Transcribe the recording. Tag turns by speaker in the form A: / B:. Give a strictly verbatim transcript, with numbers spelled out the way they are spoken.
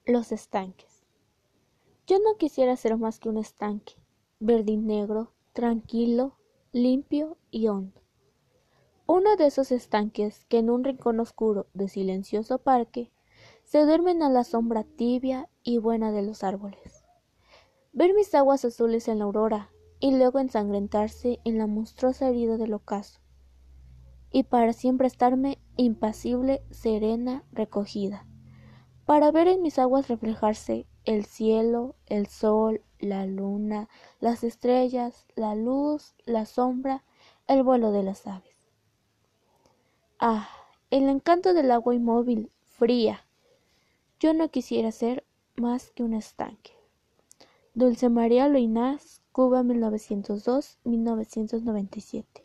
A: Los estanques. Yo no quisiera ser más que un estanque, verde y negro, tranquilo, limpio y hondo. Uno de esos estanques que en un rincón oscuro de silencioso parque se duermen a la sombra tibia y buena de los árboles. Ver mis aguas azules en la aurora y luego ensangrentarse en la monstruosa herida del ocaso, y para siempre estarme impasible, serena, recogida, para ver en mis aguas reflejarse el cielo, el sol, la luna, las estrellas, la luz, la sombra, el vuelo de las aves. Ah, el encanto del agua inmóvil, fría. Yo no quisiera ser más que un estanque. Dulce María Loinaz, Cuba, mil novecientos dos a mil novecientos noventa y siete.